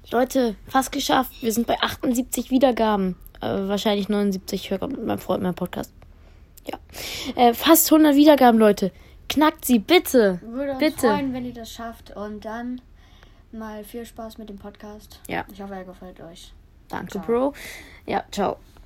Leute, fast geschafft. Wir sind bei 78 Wiedergaben. Wahrscheinlich 79. Ich höre mit meinem Freund meinen Podcast. Ja. Fast 100 Wiedergaben, Leute. Knackt sie, bitte. Würde uns freuen, wenn ihr das schafft. Und dann mal viel Spaß mit dem Podcast. Ja. Ich hoffe, er gefällt euch. Danke, Ciao. Bro. Ja, ciao.